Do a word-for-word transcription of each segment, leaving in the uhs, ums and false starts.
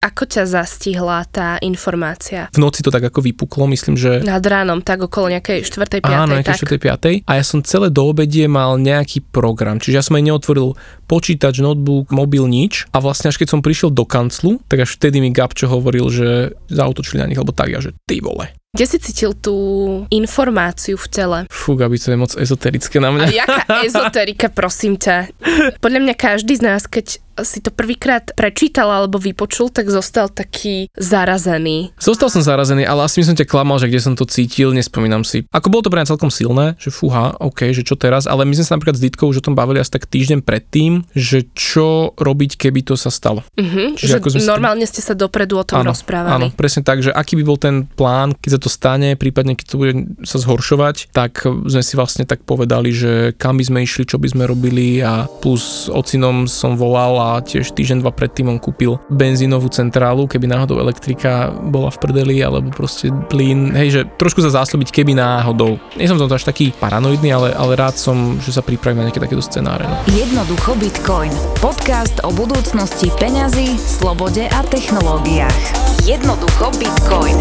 ako ťa zastihla tá informácia? V noci to tak ako vypuklo, myslím, že... Nad ránom, tak okolo nejakej štvrtej piatej Áno, nejakej štvrtej piatej A ja som celé do obedie mal nejaký program, čiže ja som aj neotvoril počítač, notebook, mobil, nič. A vlastne až keď som prišiel do kanclu, tak až vtedy mi Gabčo hovoril, že zaútočili na nich, alebo tak, ja, že ty vole. Kde si cítil tú informáciu v tele? Fú, Gabi, to je moc ezoterické na mňa. A jaká ezoterika, prosím ťa? Podľa mňa každý z nás, keď si to prvýkrát prečítal alebo vypočul, tak zostal taký zarazený. Zostal som zarazený, ale asi som ťa klamal, že kde som to cítil, nespomínam si. Ako bolo to pre mňa celkom silné, že fúha, OK, že čo teraz, ale my sme sa napríklad s Ditkou už o tom bavili asi tak týždeň predtým, že čo robiť, keby to sa stalo. Uh-huh, že ako sme normálne ste sa dopredu o tom áno, rozprávali. Áno, presne tak, že aký by bol ten plán, keď sa to stane, prípadne keď to bude sa zhoršovať, tak sme si vlastne tak povedali, že kam by sme išli, čo by sme robili a plus ocinom som volal a tiež týždeň, dva predtým on kúpil benzínovú centrálu, keby náhodou elektrika bola v prdeli, alebo proste plyn, hej, že trošku sa zásobiť, keby náhodou. Nie som to až taký paranoidný, ale, ale rád som, že sa pripravím na nejaké takéto scenáre. No. Jednoducho Bitcoin. Podcast o budúcnosti peňazí, slobode a technológiách. Jednoducho Bitcoin.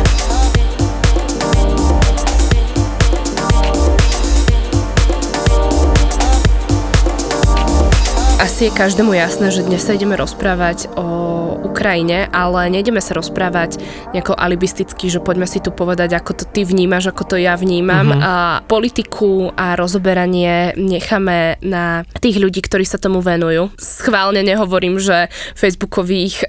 Asi je každému jasné, že dnes sa ideme rozprávať o Ukrajine, ale nejdeme sa rozprávať nejako alibisticky, že poďme si tu povedať, ako to ty vnímaš, ako to ja vnímam. Uh-huh. A politiku a rozoberanie necháme na tých ľudí, ktorí sa tomu venujú. Schválne nehovorím, že facebookových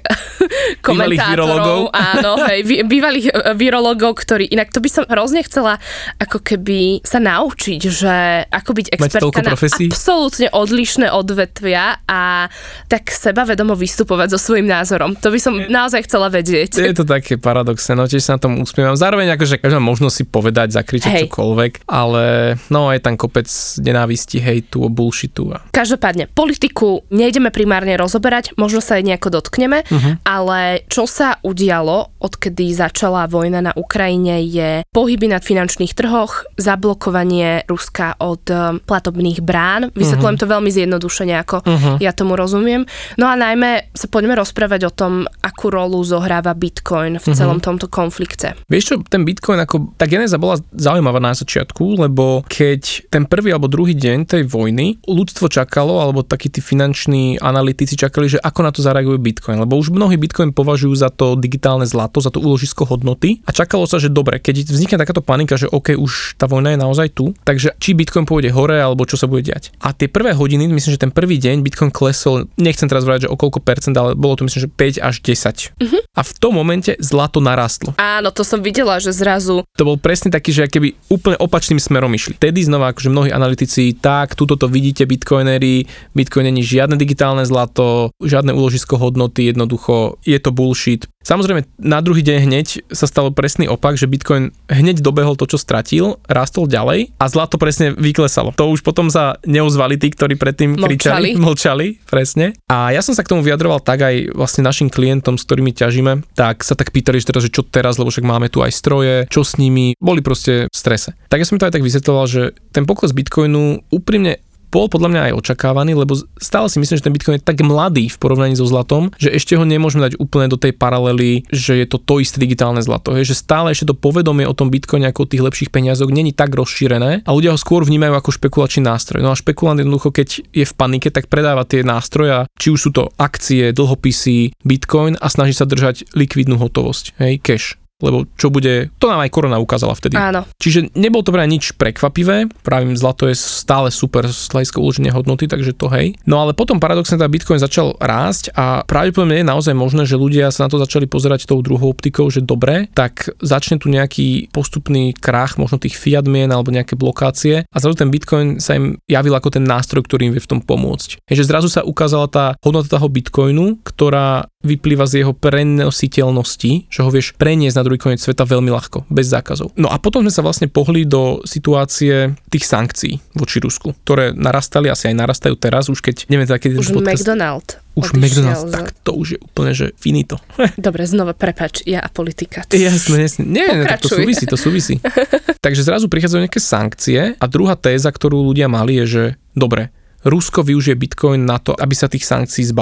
komentátorov, áno, hej, bývalých virológov, ktorí, inak to by som hrozne chcela ako keby sa naučiť, že ako byť expertka na absolútne odlišné odvetvia a tak sebavedomo vystupovať so svojím názorom. To by som naozaj chcela vedieť. Je to také paradoxné, no tiež sa na tom usmievam. Zároveň akože každá možnosť si povedať, zakričať čokoľvek, ale no je tam kopec nenávisti, hejtu a bullshitu. A... Každopádne, politiku nejdeme primárne rozoberať, možno sa aj nejako dotkneme, uh-huh. ale čo sa udialo, odkedy začala vojna na Ukrajine, je pohyby na finančných trhoch, zablokovanie Ruska od platobných brán. Vysvetľujem uh-huh. to veľmi zjednodušene, ako uh-huh. ja tomu rozumiem. No a najmä sa poďme rozprávať o tom, akú rolu zohráva Bitcoin v celom uh-huh. tomto konflikte. Vieš čo, ten Bitcoin ako, tá genéza bola zaujímavá na začiatku, lebo keď ten prvý alebo druhý deň tej vojny ľudstvo čakalo, alebo takí tí finanční analytici čakali, že ako na to zareaguje Bitcoin, lebo už mnohí Bitcoin považujú za to digitálne zlato, za to úložisko hodnoty a čakalo sa, že dobre, keď vznikne takáto panika, že OK, už tá vojna je naozaj tu, takže či Bitcoin pôjde hore, alebo čo sa bude diať. A tie prvé hodiny, myslím, že ten prvý deň Bitcoin klesol, nechcem teraz vrať, že o koľko percent, ale bolo to myslím, že päť až desať. Uh-huh. A v tom momente zlato narastlo. Áno, to som videla, že zrazu. To bol presne taký, že keby úplne opačným smerom išli. Tedy znova, akože mnohí analytici, tak, tuto to vidíte, bitcoinery, Bitcoin není žiadne digitálne zlato, žiadne úložisko hodnoty, jednoducho je to bullshit. Samozrejme, na druhý deň hneď sa stalo presný opak, že Bitcoin hneď dobehol to, čo stratil, rastol ďalej a zlato presne vyklesalo. To už potom sa neozvali tí, ktorí predtým kričali, mlčali, presne. A ja som sa k tomu vyjadroval tak aj vlastne našim klientom, s ktorými ťažíme, tak sa tak pýtali, že teraz, že čo teraz, lebo však máme tu aj stroje, čo s nimi, boli proste v strese. Tak ja som to aj tak vysvetľoval, že ten pokles Bitcoinu úprimne bol podľa mňa aj očakávaný, lebo stále si myslím, že ten Bitcoin je tak mladý v porovnaní so zlatom, že ešte ho nemôžeme dať úplne do tej paralely, že je to to isté digitálne zlato. Je, že stále ešte to povedomie o tom Bitcoine ako o tých lepších peniazoch není tak rozšírené a ľudia ho skôr vnímajú ako špekulačný nástroj. No a špekulant jednoducho, keď je v panike, tak predáva tie nástroje, či už sú to akcie, dlhopisy, Bitcoin a snaží sa držať likvidnú hotovosť, hej, cash. Lebo čo bude, to nám aj korona ukázala vtedy. Áno. Čiže nebol to pre nič prekvapivé, pravím, zlato je stále super z hľadiska uloženia hodnoty, takže to hej. No ale potom paradoxne tá Bitcoin začal rásť a pravdepodobne je naozaj možné, že ľudia sa na to začali pozerať tou druhou optikou, že dobre, tak začne tu nejaký postupný krach, možno tých fiat mien alebo nejaké blokácie a zrazu ten Bitcoin sa im javil ako ten nástroj, ktorý im vie v tom pomôcť. Je, že zrazu sa ukázala tá hodnota toho Bitcoinu, ktorá vyplýva z jeho prenositeľnosti, že ho vieš preniesť na druhý koniec sveta veľmi ľahko, bez zákazov. No a potom sme sa vlastne pohli do situácie tých sankcií voči Rusku, ktoré narastali, asi aj narastajú teraz, už keď, neviem teda, keď... Už podcast, McDonald. Už McDonald's, z... tak to už je úplne, že finito. Dobre, znova, prepač, ja a politika. Jasne, jasne. Nie, nie, tak to súvisí, to súvisí. Takže zrazu prichádzajú nejaké sankcie a druhá téza, ktorú ľudia mali, je, že dobre, Rusko využije Bitcoin na to, aby sa tých sankcií zbavilo.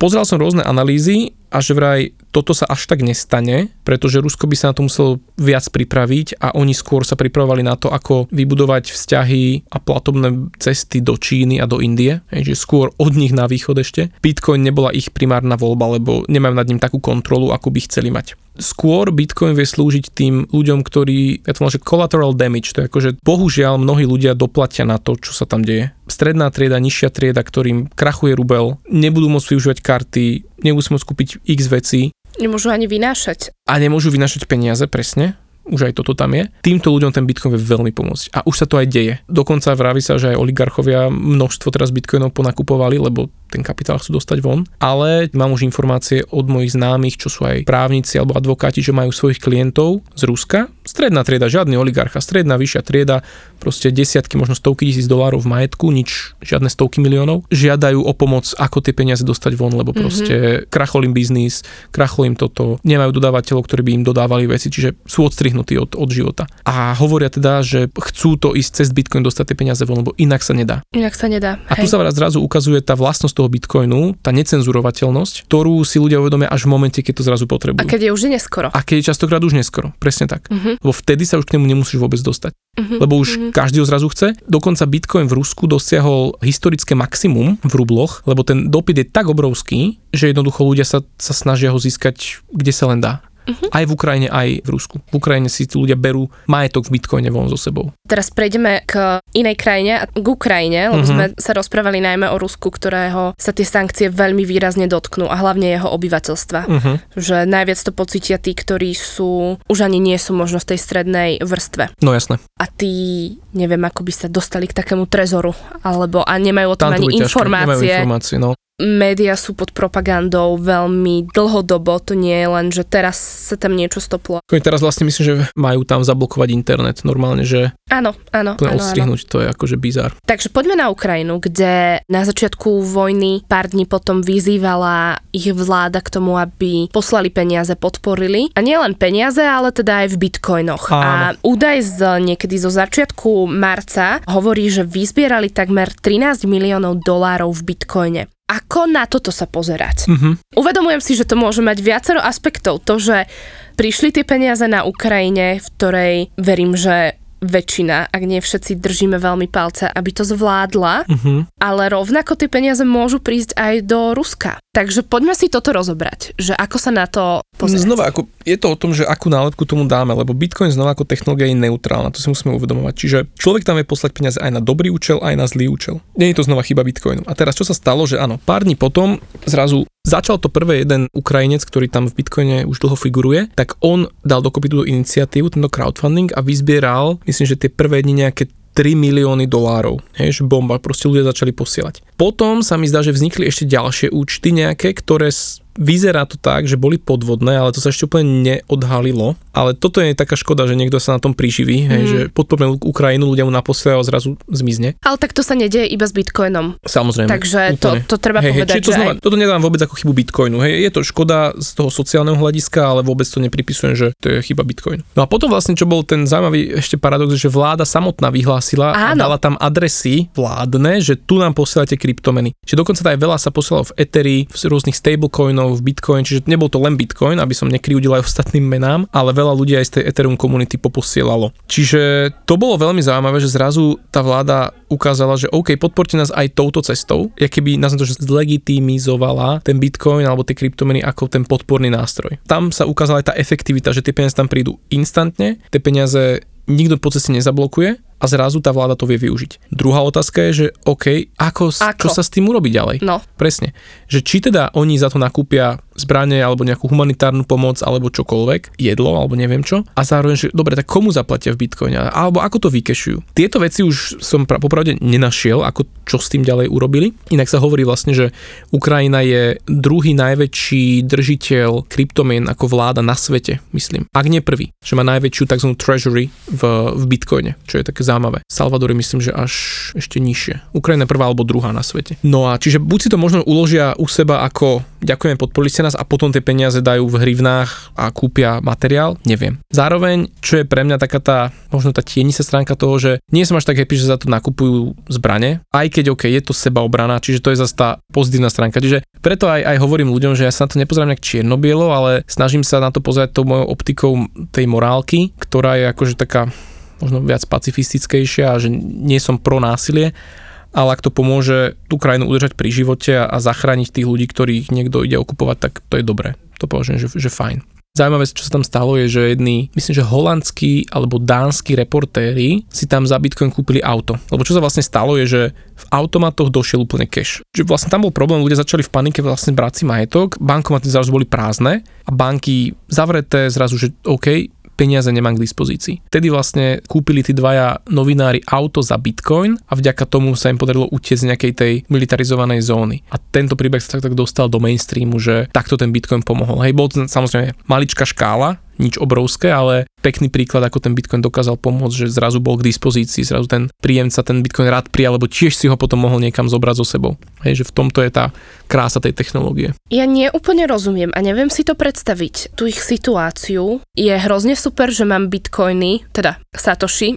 Pozeral som rôzne analýzy a že vraj toto sa až tak nestane, pretože Rusko by sa na to muselo viac pripraviť a oni skôr sa pripravovali na to, ako vybudovať vzťahy a platobné cesty do Číny a do Indie, že skôr od nich na východ ešte. Bitcoin nebola ich primárna voľba, lebo nemajú nad ním takú kontrolu, ako by chceli mať. Skôr Bitcoin vie slúžiť tým ľuďom, ktorí, ja to volám, že collateral damage, to je akože bohužiaľ mnohí ľudia doplatia na to, čo sa tam deje. Stredná trieda, nižšia trieda, ktorým krachuje rubel, nebudú môcť využívať karty, nebudú môcť kúpiť x vecí. Nemôžu ani vynášať. A nemôžu vynášať peniaze, presne. Už aj toto tam je. Týmto ľuďom ten Bitcoin vie veľmi pomôcť. A už sa to aj deje. Dokonca vraví sa, že aj oligarchovia množstvo teraz Bitcoinov ponakupovali, lebo ten kapitál chcú dostať von. Ale mám už informácie od mojich známych, čo sú aj právnici alebo advokáti, že majú svojich klientov z Ruska. Stredná trieda, žiadny oligarcha, stredná vyššia trieda, proste desiatky, možno stovky tisíc dolárov v majetku, nič, žiadne stovky miliónov. Žiadajú o pomoc, ako tie peniaze dostať von, lebo proste mm-hmm. krachol im biznis, krachol im toto, nemajú dodávateľov, ktorí by im dodávali veci, čiže sú odstrihnutí od, od života. A hovoria teda, že chcú to ísť cez Bitcoin dostať tie peniaze von, lebo inak sa nedá. Inak sa nedá. A tu sa zrazu ukazuje tá vlastnosť toho Bitcoinu, tá necenzurovateľnosť, ktorú si ľudia uvedomia až v momente, keď to zrazu potrebujú. A keď je už neskoro. A keď je častokrát už neskoro, presne tak. Uh-huh. Lebo vtedy sa už k nemu nemusíš vôbec dostať. Uh-huh. Lebo už uh-huh. každý ho zrazu chce. Dokonca Bitcoin v Rusku dosiahol historické maximum v rubloch, lebo ten dopyt je tak obrovský, že jednoducho ľudia sa, sa snažia ho získať, kde sa len dá. Uh-huh. Aj v Ukrajine, aj v Rusku. V Ukrajine si tí ľudia berú majetok v Bitcoine von so sebou. Teraz prejdeme k inej krajine, k Ukrajine, lebo uh-huh. sme sa rozprávali najmä o Rusku, ktorého sa tie sankcie veľmi výrazne dotknú a hlavne jeho obyvateľstva. Uh-huh. Že najviac to pocítia tí, ktorí sú, už ani nie sú možno v tej strednej vrstve. No jasné. A tí, neviem, ako by sa dostali k takému trezoru, alebo a nemajú o tom ani informácie. Nemajú informácie, no. Média sú pod propagandou veľmi dlhodobo, to nie je len, že teraz sa tam niečo stoplo. Teraz vlastne myslím, že majú tam zablokovať internet normálne, že áno, áno, áno, odstrihnúť, áno. To je akože bizár. Takže poďme na Ukrajinu, kde na začiatku vojny pár dní potom vyzývala ich vláda k tomu, aby poslali peniaze, podporili. A nie len peniaze, ale teda aj v bitcoinoch. Áno. A údaj z niekedy zo začiatku marca hovorí, že vyzbierali takmer trinásť miliónov dolárov v bitcoine. Ako na toto sa pozerať? Uh-huh. Uvedomujem si, že to môže mať viacero aspektov. To, že prišli tie peniaze na Ukrajine, v ktorej verím, že väčšina, ak nie všetci, držíme veľmi palce, aby to zvládla, uh-huh. ale rovnako tie peniaze môžu prísť aj do Ruska. Takže poďme si toto rozobrať, že ako sa na to pozerať. Znova, ako, je to o tom, že akú nálepku tomu dáme, lebo Bitcoin znova ako technológia je neutrálna, to si musíme uvedomovať. Čiže človek tam vie poslať peniaze aj na dobrý účel, aj na zlý účel. Nie je to znova chyba Bitcoinu. A teraz čo sa stalo, že áno, pár dní potom zrazu začal to prvé jeden Ukrajinec, ktorý tam v Bitcoine už dlho figuruje, tak on dal dokopy túto iniciatívu, tento crowdfunding a vyzbieral, myslím, že tie prvé dni nejaké tri milióny dolárov. Hej, že bomba, proste ľudia začali posielať. Potom sa mi zdá, že vznikli ešte ďalšie účty nejaké, ktoré vyzerá to tak, že boli podvodné, ale to sa ešte úplne neodhalilo. Ale toto je taká škoda, že niekto sa na tom priživí, mm. hej, že podporujeme Ukrajinu, ľudia mu naposielajú a zrazu zmizne. Ale tak to sa nedieje iba s Bitcoinom. Samozrejme. Takže to, to treba hej, povedať. Hej, to že znova, aj... Toto nedám vôbec ako chybu Bitcoinu. Hej, je to škoda z toho sociálneho hľadiska, ale vôbec to nepripisujem, že to je chyba Bitcoinu. No a potom vlastne, čo bol ten zaujímavý ešte paradox, že vláda samotná vyhlásila a dala tam adresy vládne, že tu nám posielate kryptomeny. Čiže dokonca aj veľa sa posielalo v Etheri, v rôznych stablecoinov, v Bitcoin, čiže nebol to len Bitcoin, aby som nekryjudil aj ostatným menám, ale veľa ľudí aj z tej Ethereum komunity poposielalo. Čiže to bolo veľmi zaujímavé, že zrazu tá vláda ukázala, že OK, podporte nás aj touto cestou, keby nás to, že zlegitimizovala ten Bitcoin alebo tie kryptomeny ako ten podporný nástroj. Tam sa ukázala aj tá efektivita, že tie peniaze tam prídu instantne, tie peniaze nikto po ceste nezablokuje a zrazu tá vláda to vie využiť. Druhá otázka je, že OK, ako, ako? Čo sa s tým urobí ďalej? No. Presne. Že či teda oni za to nakúpia zbrane alebo nejakú humanitárnu pomoc alebo čokoľvek, jedlo alebo neviem čo. A zároveň, že dobre, tak komu zaplatia v Bitcoine? Alebo ako to vykešujú? Tieto veci už som pra, popravde nenašiel, ako čo s tým ďalej urobili. Inak sa hovorí vlastne, že Ukrajina je druhý najväčší držiteľ kryptomien ako vláda na svete, myslím. Ak nie prvý. Že má najväčšiu tzv. Treasury v, v Bitcoine, čo je také zaujímavé. Salvador je myslím, že až ešte nižšie. Ukrajina prvá alebo druhá na svete. No a čiže buď si to možno uložia u seba ako ďakujeme, podporili ste nás a potom tie peniaze dajú v hrivnách a kúpia materiál, neviem. Zároveň, čo je pre mňa taká tá, možno tá tienisa stránka toho, že nie som až tak happy, že za to nakupujú zbrane, aj keď OK, je to sebaobrana, čiže to je zase tá pozitívna stránka. Čiže preto aj, aj hovorím ľuďom, že ja sa na to nepozerám nejak čierno-bielo, ale snažím sa na to pozerať tou mojou optikou tej morálky, ktorá je akože taká možno viac pacifistickejšia a že nie som pro násilie, ale ak to pomôže tú krajinu udržať pri živote a, a zachrániť tých ľudí, ktorých niekto ide okupovať, tak to je dobré. To považujem, že, že fajn. Zaujímavé, čo sa tam stalo, je, že jedni, myslím, že holandskí alebo dánsky reportéri si tam za Bitcoin kúpili auto. Lebo čo sa vlastne stalo, je, že v automatoch došiel úplne cash. Že vlastne tam bol problém, ľudia začali v panike vlastne brať si majetok, bankomaty zrazu boli prázdne a banky zavreté zrazu, že OK, peniaze nemám k dispozícii. Vtedy vlastne kúpili tí dvaja novinári auto za Bitcoin a vďaka tomu sa im podarilo utiecť z nejakej tej militarizovanej zóny. A tento príbeh sa tak, tak dostal do mainstreamu, že takto ten Bitcoin pomohol. Hej, bol to samozrejme maličká škála, nič obrovské, ale pekný príklad, ako ten Bitcoin dokázal pomôcť, že zrazu bol k dispozícii, zrazu ten príjemca ten Bitcoin rád prijal, lebo tiež si ho potom mohol niekam zobrať so sebou. Hej, že v tomto je tá krása tej technológie. Ja neúplne rozumiem a neviem si to predstaviť. Tu ich situáciu je hrozne super, že mám Bitcoiny, teda Satoshi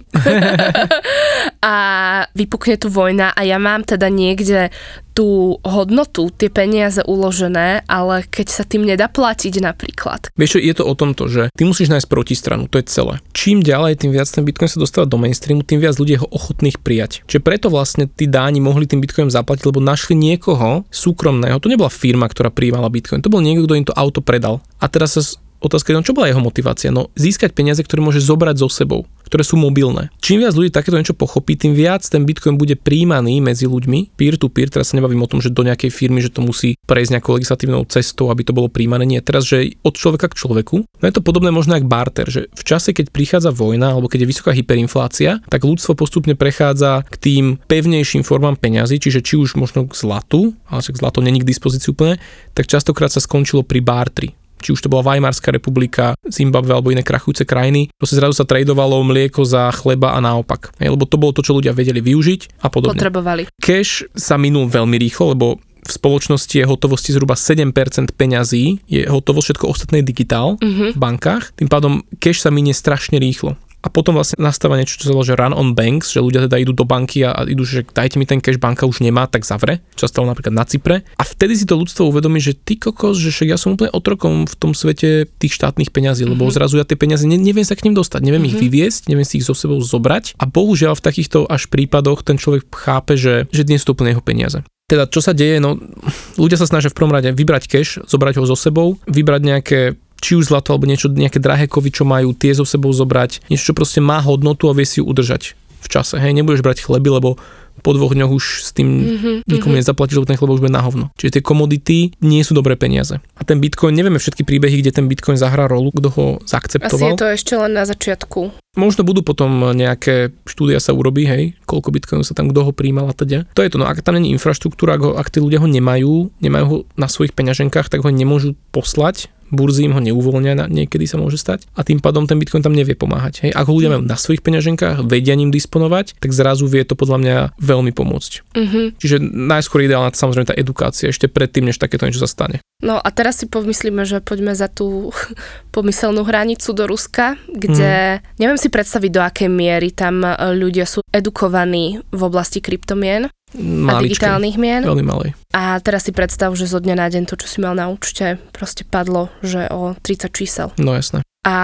a vypukne tu vojna a ja mám teda niekde tú hodnotu, tie peniaze uložené, ale keď sa tým nedá platiť napríklad. Vieš čo, je to o tomto, že ty musíš nájsť protistranu, to je celé. Čím ďalej, tým viac ten Bitcoin sa dostáva do mainstreamu, tým viac ľudí ho ochotných prijať. Čiže preto vlastne tí Dáni mohli tým Bitcoinom zaplatiť, lebo našli niekoho súkromného. To nebola firma, ktorá prijímala Bitcoin, to bol niekto, kto im to auto predal. A teraz sa otázka je, no čo bola jeho motivácia? No získať peniaze, ktoré môže zobrať so sebou, ktoré sú mobilné. Čím viac ľudí takéto niečo pochopí, tým viac ten Bitcoin bude príjmaný medzi ľuďmi, peer to peer. Teraz sa nebavím o tom, že do nejakej firmy, že to musí prejsť nejakou legislatívnou cestou, aby to bolo príjmané. Nie, teraz, že od človeka k človeku. No je to podobné možno ako barter, že v čase, keď prichádza vojna alebo keď je vysoká hyperinflácia, tak ľudstvo postupne prechádza k tým pevnejším formám peňazí, čiže či už možno k zlatu, ale však zlato není k dispozícii úplne, tak častokrát sa skončilo pri bartri. Či už to bola Weimarská republika, Zimbabwe alebo iné krachujúce krajiny, to sa zrazu sa tradovalo mlieko za chleba a naopak. Lebo to bolo to, čo ľudia vedeli využiť a podobne. Potrebovali. Cash sa minul veľmi rýchlo, lebo v spoločnosti je hotovosti zhruba sedem percent peňazí, je hotovosť, všetko ostatné je digitál mm-hmm. v bankách, tým pádom cash sa minie strašne rýchlo. A potom vlastne nastáva niečo, čo sa volá, že run on banks, že ľudia teda idú do banky a, a idú, že dajte mi ten cash, banka už nemá, tak zavre, čo stalo napríklad na Cypre. A vtedy si to ľudstvo uvedomí, že ty kokos, že však ja som úplne otrokom v tom svete tých štátnych peňazí, mm-hmm. lebo zrazu ja tie peniaze ne, neviem sa k ním dostať, neviem mm-hmm. ich vyviesť, neviem si ich so sebou zobrať. A bohužiaľ v takýchto až prípadoch ten človek chápe, že, že dnes sú to úplne jeho peniaze. Teda čo sa deje, no ľudia sa snažia v prvom rade vybrať cash, zobrať ho so sebou, vybrať nejaké či už zlato alebo niečo, nejaké drahé kovy, čo majú, tie so sebou zobrať, niečo, čo proste má hodnotu a vie si ju udržať v čase. Hej, nebudeš brať chleby, lebo po dvoch dňoch už s tým mm-hmm, nikomu mm-hmm. nezaplatíš, lebo ten chleba už bude na hovno. Čiže tie komodity nie sú dobré peniaze. A ten Bitcoin, nevieme všetky príbehy, kde ten Bitcoin zahrá rolu, kto ho zaakceptoval. Asi je to ešte len na začiatku. Možno budú potom nejaké štúdia sa urobí, hej, koľko Bitcoinu sa tam kto ho príjmal a teda. To je to, no ak tam není infraštruktúra, ak, ho, ak tí ľudia ho nemajú, nemajú ho na svojich peňaženkách, tak ho nemôžu poslať. Burzy im ho neuvoľnia, niekedy sa môže stať a tým pádom ten Bitcoin tam nevie pomáhať. Hej. Ak ho ľudia majú na svojich peňaženkách, vedia ním disponovať, tak zrazu vie to podľa mňa veľmi pomôcť. Mm-hmm. Čiže najskôr ideálna samozrejme tá edukácia ešte predtým, než takéto niečo sa stane. No a teraz si pomyslíme, že poďme za tú pomyselnú hranicu do Ruska, kde mm. neviem si predstaviť, do akej miery tam ľudia sú edukovaní v oblasti kryptomien. Maličké, a digitálnych mien. Veľmi malej. A teraz si predstav, že zo dňa na deň to, čo si mal na účte, proste padlo, že o tridsať čísel. No jasné. A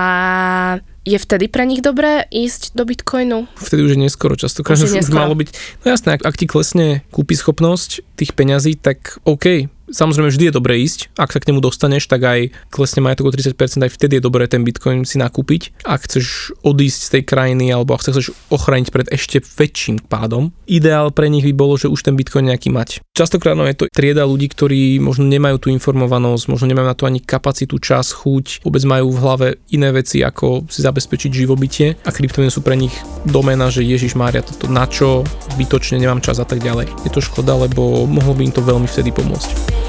je vtedy pre nich dobré ísť do Bitcoinu? Vtedy už je neskoro, častokrát už, už malo byť. No jasné, ak, ak ti klesne kúpyschopnosť tých peňazí, tak OK. Samozrejme, vždy je dobré ísť. Ak sa k nemu dostaneš, tak aj klesne majetok o tridsať percent, aj vtedy je dobré ten Bitcoin si nakúpiť. Ak chceš odísť z tej krajiny, alebo ak sa chceš ochrániť pred ešte väčším pádom, ideál pre nich by bolo, že už ten Bitcoin nejaký mať. Častokrát no, je to trieda ľudí, ktorí možno nemajú tú informovanosť, možno nemajú na to ani kapacitu, čas, chuť, vôbec majú v hlave iné veci, ako si zabezpečiť živobytie a kryptomeny sú pre nich doména, že Ježiš Mária, toto na čo, zbytočne nemám čas a tak ďalej. Je to škoda, lebo mohlo by im to veľmi vtedy pomôcť.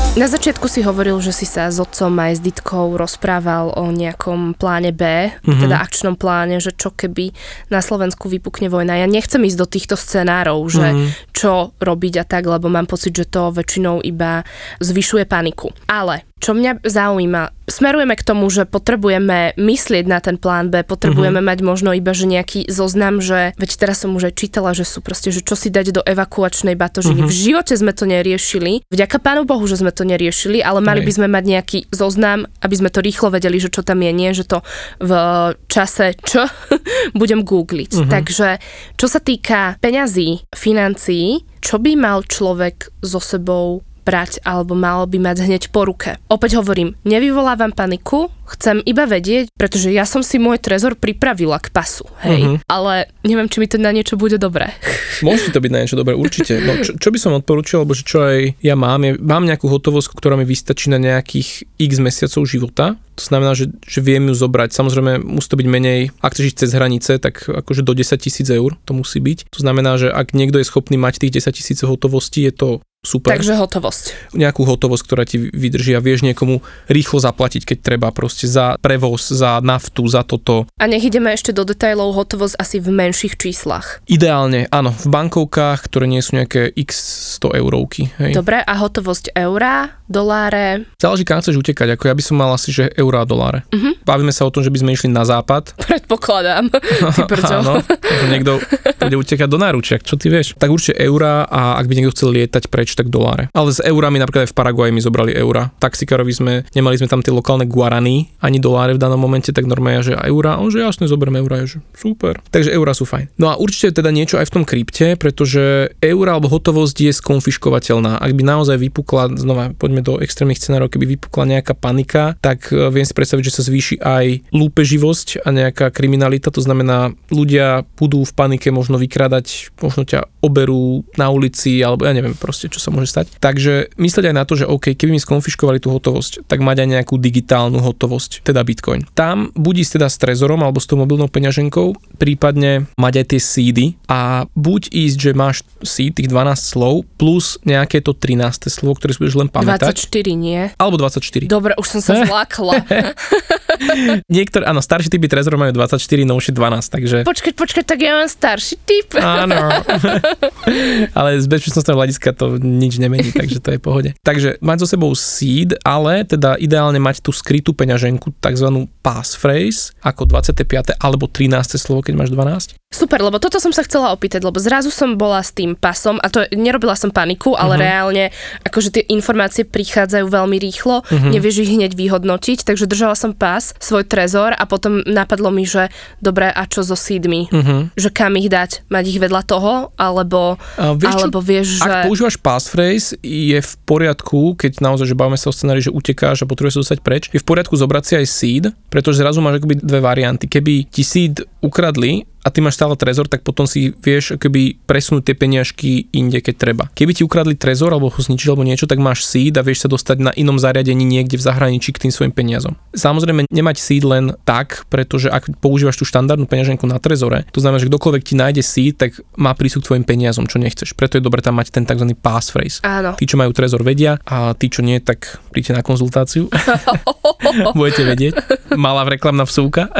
Na začiatku si hovoril, že si sa s otcom aj s Ditkou rozprával o nejakom pláne B, mm-hmm. teda akčnom pláne, že čo keby na Slovensku vypukne vojna. Ja nechcem ísť do týchto scenárov, že mm-hmm. čo robiť a tak, lebo mám pocit, že to väčšinou iba zvyšuje paniku. Ale čo mňa zaujíma, smerujeme k tomu, že potrebujeme myslieť na ten plán B, potrebujeme mm-hmm. mať možno iba, že nejaký zoznam, že veď teraz som už aj čítala, že sú proste, že čo si dať do evakuačnej batožiny. Mm-hmm. V živote sme to neriešili. Vďaka Pánu Bohu, že sme to neriešili, ale mali by sme mať nejaký zoznam, aby sme to rýchlo vedeli, že čo tam je, nie, že to v čase čo budem googliť. Mm-hmm. Takže čo sa týka peňazí, financií, čo by mal človek so sebou brať, alebo malo by mať hneď po ruke. Opäť hovorím, nevyvolávam paniku, chcem iba vedieť, pretože ja som si môj trezor pripravila k pasu, hej. Uh-huh. Ale neviem, či mi to na niečo bude dobré. Môže to byť na niečo dobré, určite. No, čo, čo by som odporúčil, alebo čo aj ja mám, je, mám nejakú hotovosť, ktorá mi vystačí na nejakých x mesiacov života. To znamená, že, že viem ju zobrať. Samozrejme, musí to byť menej, ak chceš ísť cez hranice, tak akože do desaťtisíc eur to musí byť. To znamená, že ak niekto je schopný mať tých desaťtisíc hotovosti, je to super. Takže hotovosť. Nejakú hotovosť, ktorá ti vydrží a vieš niekomu rýchlo zaplatiť, keď treba, proste za prevoz, za naftu, za toto. A nech ideme ešte do detailov, hotovosť asi v menších číslach. Ideálne, áno, v bankovkách, ktoré nie sú nejaké x sto eurovky. Hej. Dobre, a hotovosť eurá, doláre? Záleží, kam chceš utekať, ako ja by som mal asi, že eurá a doláre. Uh-huh. Bavíme sa o tom, že by sme išli na západ. Predpokladám. Ty brďo. Áno, niekto bude utekať do náručiak, čo ty vieš. Tak určite eurá a ak by niekto chcel lietať preč, tak doláre. Ale s eurami napríklad aj v Paraguaji mi zobrali eurá. Taxikárovi sme, nemali sme tam tie lokálne guarany, ani doláre v danom momente, tak normálne, že eurá, on že jasne, zoberme eurá, že super. Takže eurá sú fajn. No a určite teda niečo aj v tom krypte, pretože eurá alebo hotovosť je skonfiškovateľná. Ak by naozaj vypukla, znova poďme do extrémnych scenárov, keby vypukla nejaká panika, tak viem si predstaviť, že sa zvýši aj lúpeživosť a nejaká kriminalita, to znamená, ľudia budú v panike možno vykrádať, možno ťa oberú na ulici, alebo ja neviem proste, čo sa môže stať. Takže myslieť aj na to, že OK, keby mi skonfiškovali tú hotovosť, tak mať aj nejakú digitálnu hotovosť, teda Bitcoin. Tam buď ísť teda s trezorom alebo s tou mobilnou peňaženkou, prípadne mať aj tie seedy a buď ísť, že máš seed, tých dvanásť slov, plus nejaké to trináste slovo, ktoré si budeš len pamätať. dvadsaťštyri, nie? Alebo dvadsaťštyri. Dobre, už som sa zlákla. Niektoré, áno, starší typy trezorov majú dvadsaťštyri, novšie dvanásť, takže... Počkať, počkať, tak ja mám starší typ. Áno. Ale z bezpečnostného hľadiska to nič nemení, takže to je v pohode. Takže mať so sebou seed, ale teda ideálne mať tú skrytú peňaženku, takzvanú passphrase, ako dvadsiate piate alebo trináste slovo, keď máš dvanásť. Super, lebo toto som sa chcela opýtať, lebo zrazu som bola s tým pasom a to nerobila som paniku, ale uh-huh. reálne akože tie informácie prichádzajú veľmi rýchlo, uh-huh. nevieš ich hneď vyhodnotiť, takže držala som pas, svoj trezor a potom napadlo mi, že dobre, a čo so seedmi? Uh-huh. Že kam ich dať? Mať ich vedľa toho? Alebo, uh, vieš, alebo čo, vieš, že... Ak používaš passphrase, je v poriadku, keď naozaj, že bavíme sa o scenári, že utekáš a potrebuješ sa dostať preč, je v poriadku zobrať si aj seed, pretože zrazu máš akoby dve varianty. Keby ti seed ukradli a ty máš stále trezor, tak potom si vieš akoby presunúť tie peniažky inde, keď treba. Keby ti ukradli trezor alebo ho zničili alebo niečo, tak máš seed a vieš sa dostať na inom zariadení niekde v zahraničí k tým svojim peniazom. Samozrejme nemať seed len tak, pretože ak používaš tú štandardnú peňaženku na trezore, to znamená, že kdokoľvek ti nájde seed, tak má prístup k tvojim peniazom, čo nechceš. Preto je dobre tam mať ten tzv. Passphrase. Áno. Tí, čo majú trezor, vedia a tí, čo nie, tak príďte na konzultáciu. Budete vedieť. Malá reklamná vsúka.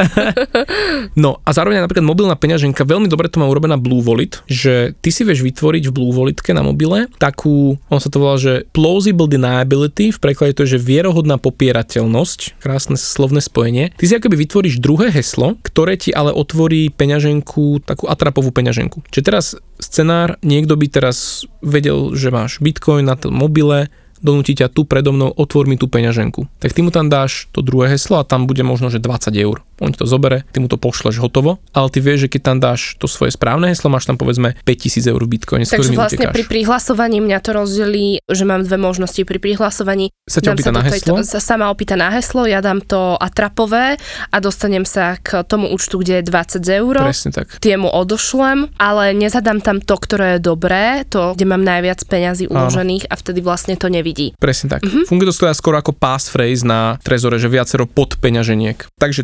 No a zároveň napríklad mobilná peňaženka, veľmi dobre to má urobená Blue Wallet, že ty si vieš vytvoriť v Blue Walletke na mobile takú, on sa to volá, že plausible deniability, v preklade to je, že vierohodná popierateľnosť, krásne slovné spojenie. Ty si akoby vytvoríš druhé heslo, ktoré ti ale otvorí peňaženku, takú atrapovú peňaženku. Čiže teraz scenár, niekto by teraz vedel, že máš Bitcoin na tom mobile, donúti ťa tu predo mnou, otvor mi tú peňaženku. Tak ty mu tam dáš to druhé heslo a tam bude možno, že dvadsať eur. On ti to zobere, ty mu to pošleš hotovo, ale ty vieš, že keď tam dáš to svoje správne heslo, máš tam povedzme päťtisíc eur v Bitcoine, s ktorými Takže vlastne utekáš. Pri prihlasovaní mňa to rozdelí, že mám dve možnosti. Pri prihlasovaní sa ťa opýta na heslo? Sa sama opýta na heslo, ja dám to atrapové a dostanem sa k tomu účtu, kde je dvadsať eur. Presne tak. Tiemu odošlem, ale nezadám tam to, ktoré je dobré, to, kde mám najviac peňazí uložených a vtedy vlastne to nevidí. Presne tak. Mm-hmm. Funguje to skoro ako passphrase na trezore, že viacero podpeňaženiek. Takže toto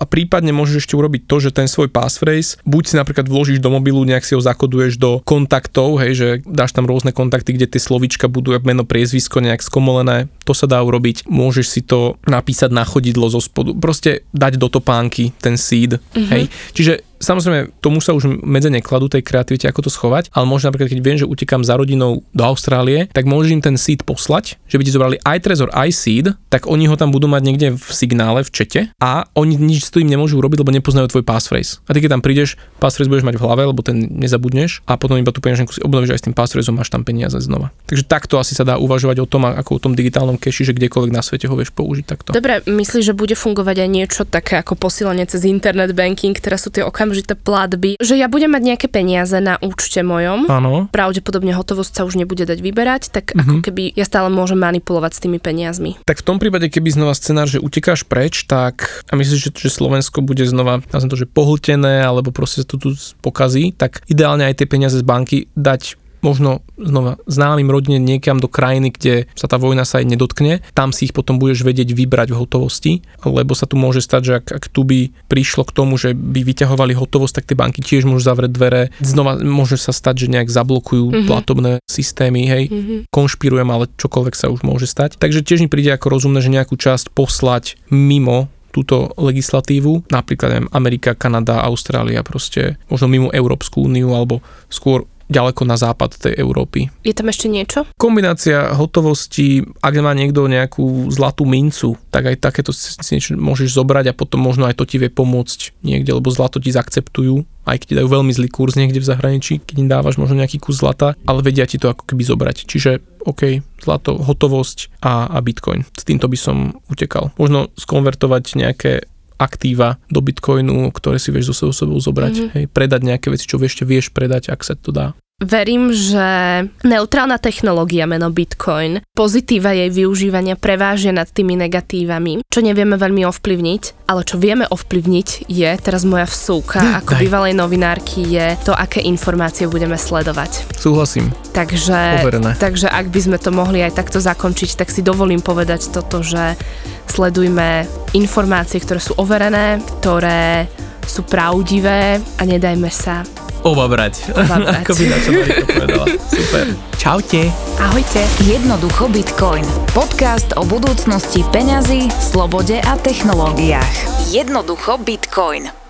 a prípadne môžeš ešte urobiť to, že ten svoj passphrase buď si napríklad vložíš do mobilu, nejak si ho zakoduješ do kontaktov, hej, že dáš tam rôzne kontakty, kde tie slovíčka budú meno, priezvisko nejak skomolené, to sa dá urobiť. Môžeš si to napísať na chodidlo zo spodu, proste dať do topánky ten seed, mm-hmm. hej. Čiže samozrejme, tomu sa už medze nekladú tej kreativite, ako to schovať, ale možno napríklad, keď viem, že utekám za rodinou do Austrálie, tak môžeš im ten seed poslať, že by ti zobrali aj Trezor, aj seed, tak oni ho tam budú mať niekde v signále, v čete a oni nič s tým nemôžu urobiť, lebo nepoznajú tvoj passphrase. A ty keď tam prídeš, passphrase budeš mať v hlave, lebo ten nezabudneš a potom iba tú peňaženku si obnovíš aj s tým passphrase, máš tam peniaze znova. Takže takto asi sa dá uvažovať o tom, ako o tom digitálnom keši, že kdekoľvek na svete ho vieš použiť takto. Dobre, myslíš, že bude fungovať aj niečo také ako posílanie cez internet banking, ktoré sú tie okamžité platby, že ja budem mať nejaké peniaze na účte mojom. Áno. Pravdepodobne hotovosť sa už nebude dať vyberať, tak Mhm. ako keby ja stále môžem manipulovať s tými peniazmi. Tak v tom prípade, keby znova scenár, že utekáš preč, tak a myslíš, že, že Slovensko bude znova, nazvem to, že pohltené, alebo proste sa to tu pokazí, tak ideálne aj tie peniaze z banky dať možno znova známym rodine niekam do krajiny, kde sa tá vojna sa aj nedotkne. Tam si ich potom budeš vedieť vybrať v hotovosti, lebo sa tu môže stať, že ak, ak tu by prišlo k tomu, že by vyťahovali hotovosť, tak tie banky tiež môžu zavrieť dvere. Znova môže sa stať, že nejak zablokujú mm-hmm. platobné systémy, hej. Mm-hmm. Konšpirujem, ale čokoľvek sa už môže stať. Takže tiež mi príde ako rozumné, že nejakú časť poslať mimo túto legislatívu, napríklad neviem, Amerika, Kanada, Austrália, proste možno mimo Európsku úniu, alebo skôr ďaleko na západ tej Európy. Je tam ešte niečo? Kombinácia hotovosti, ak má niekto nejakú zlatú mincu, tak aj takéto si niečo môžeš zobrať a potom možno aj to ti vie pomôcť niekde, lebo zlato ti zaakceptujú, aj keď ti dajú veľmi zlý kurz niekde v zahraničí, keď im dávaš možno nejaký kus zlata, ale vedia ti to ako keby zobrať. Čiže OK, zlato, hotovosť a, a bitcoin. S týmto by som utekal. Možno skonvertovať nejaké aktíva do bitcoinu, ktoré si vieš zo sebou zobrať. Mm-hmm. Hej, predať nejaké veci, čo ešte vieš predať, ak sa to dá. Verím, že neutrálna technológia meno Bitcoin, pozitíva jej využívania prevážia nad tými negatívami, čo nevieme veľmi ovplyvniť, ale čo vieme ovplyvniť je, teraz moja vsúka ako bývalej novinárky, je to, aké informácie budeme sledovať. Súhlasím. Takže, takže ak by sme to mohli aj takto zakončiť, tak si dovolím povedať toto, že sledujme informácie, ktoré sú overené, ktoré sú pravdivé a nedajme sa Obabrať. Obabrať. Ako by na čo Marika povedala. Super. Čaute. Ahojte. Jednoducho Bitcoin. Podcast o budúcnosti peňazí, slobode a technológiách. Jednoducho Bitcoin.